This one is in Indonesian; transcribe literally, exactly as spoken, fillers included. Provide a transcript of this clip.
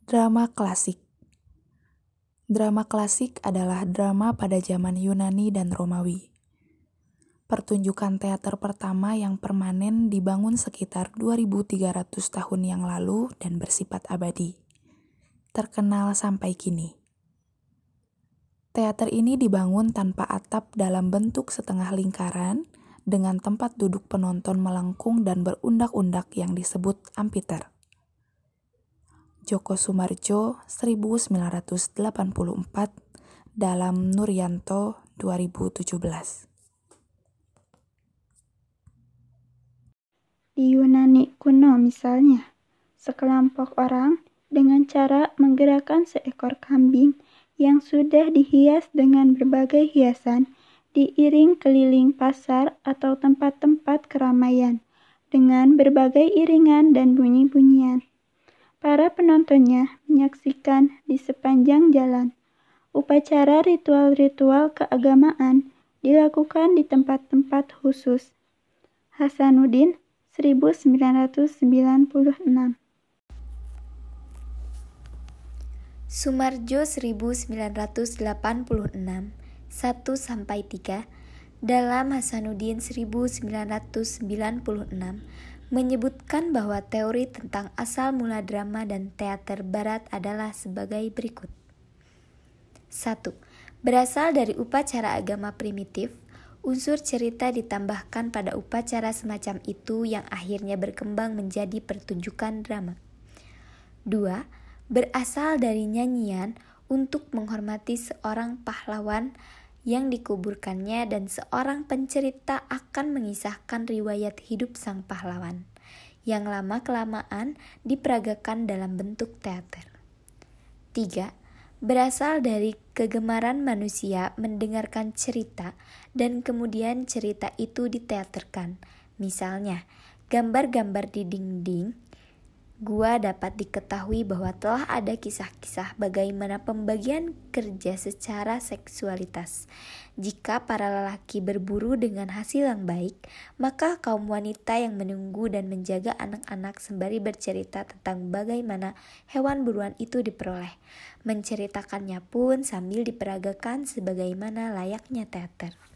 Drama klasik. Drama klasik adalah drama pada zaman Yunani dan Romawi. Pertunjukan teater pertama yang permanen dibangun sekitar dua ribu tiga ratus tahun yang lalu dan bersifat abadi. Terkenal sampai kini. Teater ini dibangun tanpa atap dalam bentuk setengah lingkaran dengan tempat duduk penonton melengkung dan berundak-undak yang disebut amphitheater. Djoko Soemardjo seribu sembilan ratus delapan puluh empat dalam Nuryanto dua ribu tujuh belas. Di Yunani kuno misalnya, sekelompok orang dengan cara menggerakkan seekor kambing yang sudah dihias dengan berbagai hiasan diiring keliling pasar atau tempat-tempat keramaian dengan berbagai iringan dan bunyi-bunyian. Para penontonnya menyaksikan di sepanjang jalan. Upacara ritual-ritual keagamaan dilakukan di tempat-tempat khusus. Hasanuddin seribu sembilan ratus sembilan puluh enam. Soemardjo seribu sembilan ratus delapan puluh enam, satu sampai tiga dalam Hasanuddin seribu sembilan ratus sembilan puluh enam menyebutkan bahwa teori tentang asal mula drama dan teater barat adalah sebagai berikut. satu. Berasal dari upacara agama primitif, unsur cerita ditambahkan pada upacara semacam itu yang akhirnya berkembang menjadi pertunjukan drama. dua. Berasal dari nyanyian untuk menghormati seorang pahlawan yang dikuburkannya dan seorang pencerita akan mengisahkan riwayat hidup sang pahlawan, yang lama-kelamaan diperagakan dalam bentuk teater. tiga. Berasal dari kegemaran manusia mendengarkan cerita dan kemudian cerita itu diteaterkan. Misalnya, gambar-gambar di dinding gua dapat diketahui bahwa telah ada kisah-kisah bagaimana pembagian kerja secara seksualitas. Jika para lelaki berburu dengan hasil yang baik, maka kaum wanita yang menunggu dan menjaga anak-anak sembari bercerita tentang bagaimana hewan buruan itu diperoleh. Menceritakannya pun sambil diperagakan sebagaimana layaknya teater.